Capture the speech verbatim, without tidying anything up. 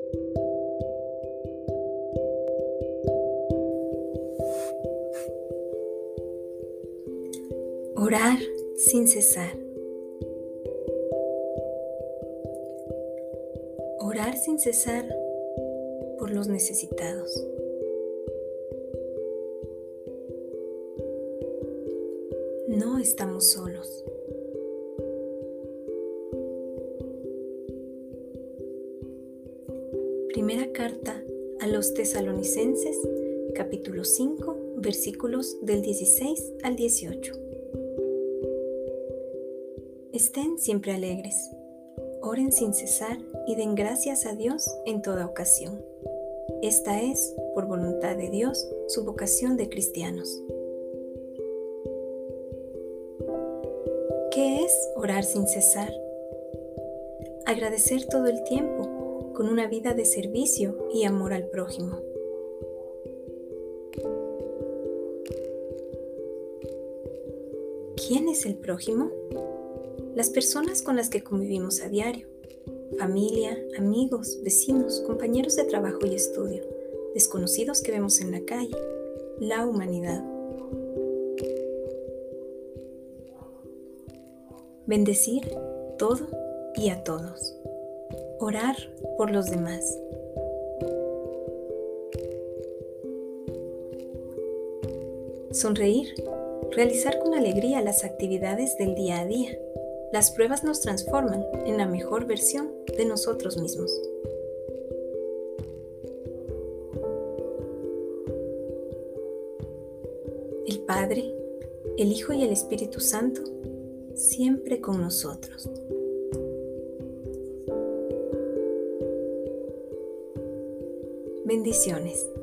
Orar sin cesar. Orar sin cesar por los necesitados. No estamos solos. Primera carta a los Tesalonicenses, capítulo cinco, versículos del dieciséis al dieciocho. Estén siempre alegres, oren sin cesar y den gracias a Dios en toda ocasión. Esta es, por voluntad de Dios, su vocación de cristianos. ¿Qué es orar sin cesar? Agradecer todo el tiempo, con una vida de servicio y amor al prójimo. ¿Quién es el prójimo? Las personas con las que convivimos a diario. Familia, amigos, vecinos, compañeros de trabajo y estudio, desconocidos que vemos en la calle, la humanidad. Bendecir todo y a todos. Orar por los demás. Sonreír. Realizar con alegría las actividades del día a día. Las pruebas nos transforman en la mejor versión de nosotros mismos. El Padre, el Hijo y el Espíritu Santo, siempre con nosotros. Bendiciones.